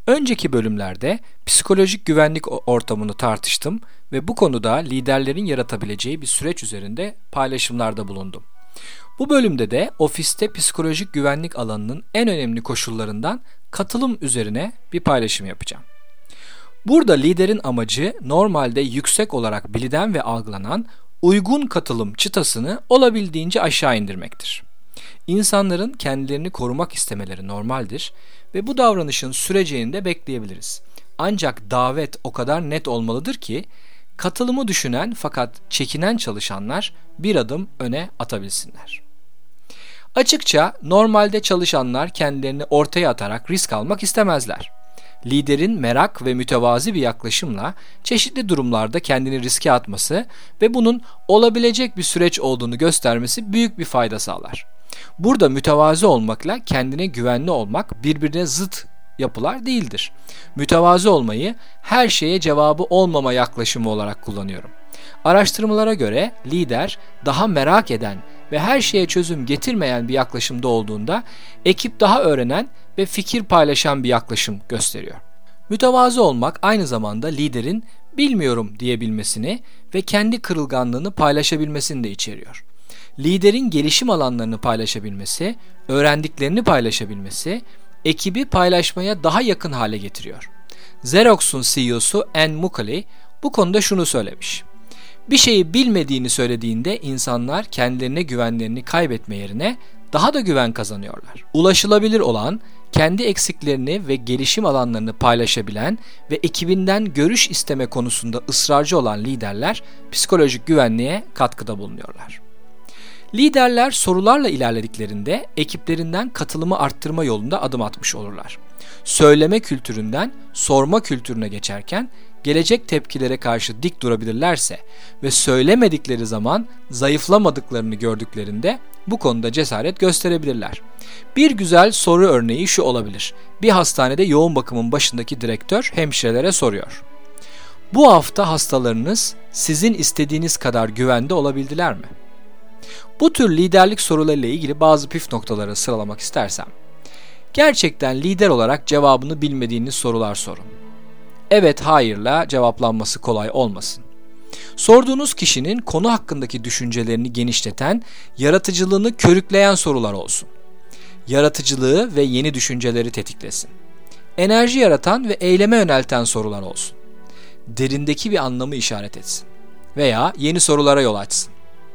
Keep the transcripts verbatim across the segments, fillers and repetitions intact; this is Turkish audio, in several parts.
Önceki bölümlerde psikolojik güvenlik ortamını tartıştım ve bu konuda liderlerin yaratabileceği bir süreç üzerinde paylaşımlarda bulundum. Bu bölümde de ofiste psikolojik güvenlik alanının en önemli koşullarından katılım üzerine bir paylaşım yapacağım. Burada liderin amacı normalde yüksek olarak bilinen ve algılanan uygun katılım çıtasını olabildiğince aşağı indirmektir. İnsanların kendilerini korumak istemeleri normaldir ve bu davranışın süreceğini de bekleyebiliriz. Ancak davet o kadar net olmalıdır ki katılımı düşünen fakat çekinen çalışanlar bir adım öne atabilsinler. Açıkça normalde çalışanlar kendilerini ortaya atarak risk almak istemezler. Liderin merak ve mütevazi bir yaklaşımla çeşitli durumlarda kendini riske atması ve bunun olabilecek bir süreç olduğunu göstermesi büyük bir fayda sağlar. Burada mütevazi olmakla kendine güvenli olmak birbirine zıt yapılar değildir. Mütevazi olmayı her şeye cevabı olmama yaklaşımı olarak kullanıyorum. Araştırmalara göre lider daha merak eden ve her şeye çözüm getirmeyen bir yaklaşımda olduğunda ekip daha öğrenen ve fikir paylaşan bir yaklaşım gösteriyor. Mütevazı olmak aynı zamanda liderin bilmiyorum diyebilmesini ve kendi kırılganlığını paylaşabilmesini de içeriyor. Liderin gelişim alanlarını paylaşabilmesi, öğrendiklerini paylaşabilmesi, ekibi paylaşmaya daha yakın hale getiriyor. Xerox'un C E O'su Anne Muckley bu konuda şunu söylemiş. Bir şeyi bilmediğini söylediğinde insanlar kendilerine güvenlerini kaybetme yerine daha da güven kazanıyorlar. Ulaşılabilir olan, kendi eksiklerini ve gelişim alanlarını paylaşabilen ve ekibinden görüş isteme konusunda ısrarcı olan liderler psikolojik güvenliğe katkıda bulunuyorlar. Liderler sorularla ilerlediklerinde ekiplerinden katılımı arttırma yolunda adım atmış olurlar. Söyleme kültüründen sorma kültürüne geçerken gelecek tepkilere karşı dik durabilirlerse ve söylemedikleri zaman zayıflamadıklarını gördüklerinde bu konuda cesaret gösterebilirler. Bir güzel soru örneği şu olabilir. Bir hastanede yoğun bakımın başındaki direktör hemşirelere soruyor. Bu hafta hastalarınız sizin istediğiniz kadar güvende olabildiler mi? Bu tür liderlik sorularıyla ilgili bazı püf noktaları sıralamak istersem, gerçekten lider olarak cevabını bilmediğiniz sorular sorun. Evet, hayırla cevaplanması kolay olmasın. Sorduğunuz kişinin konu hakkındaki düşüncelerini genişleten, yaratıcılığını körükleyen sorular olsun. Yaratıcılığı ve yeni düşünceleri tetiklesin. Enerji yaratan ve eyleme yönelten sorular olsun. Derindeki bir anlamı işaret etsin. Veya yeni sorulara yol açsın.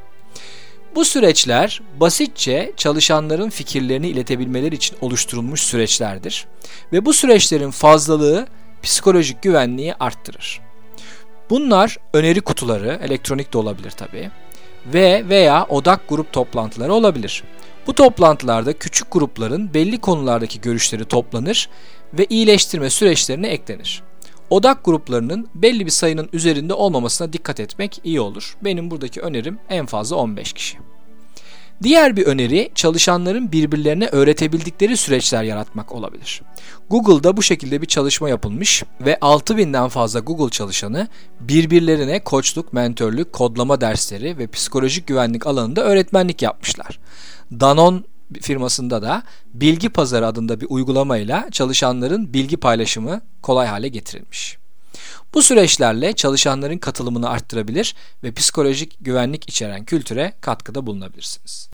Bu süreçler basitçe çalışanların fikirlerini iletebilmeleri için oluşturulmuş süreçlerdir ve bu süreçlerin fazlalığı psikolojik güvenliği arttırır. Bunlar öneri kutuları, elektronik de olabilir tabii, ve veya odak grup toplantıları olabilir. Bu toplantılarda küçük grupların belli konulardaki görüşleri toplanır ve iyileştirme süreçlerine eklenir. Odak gruplarının belli bir sayının üzerinde olmamasına dikkat etmek iyi olur. Benim buradaki önerim en fazla on beş kişi. Diğer bir öneri çalışanların birbirlerine öğretebildikleri süreçler yaratmak olabilir. Google'da bu şekilde bir çalışma yapılmış ve altı binden fazla Google çalışanı birbirlerine koçluk, mentörlük, kodlama dersleri ve psikolojik güvenlik alanında öğretmenlik yapmışlar. Danone firmasında da Bilgi Pazarı adında bir uygulamayla çalışanların bilgi paylaşımı kolay hale getirilmiş. Bu süreçlerle çalışanların katılımını arttırabilir ve psikolojik güvenlik içeren kültüre katkıda bulunabilirsiniz.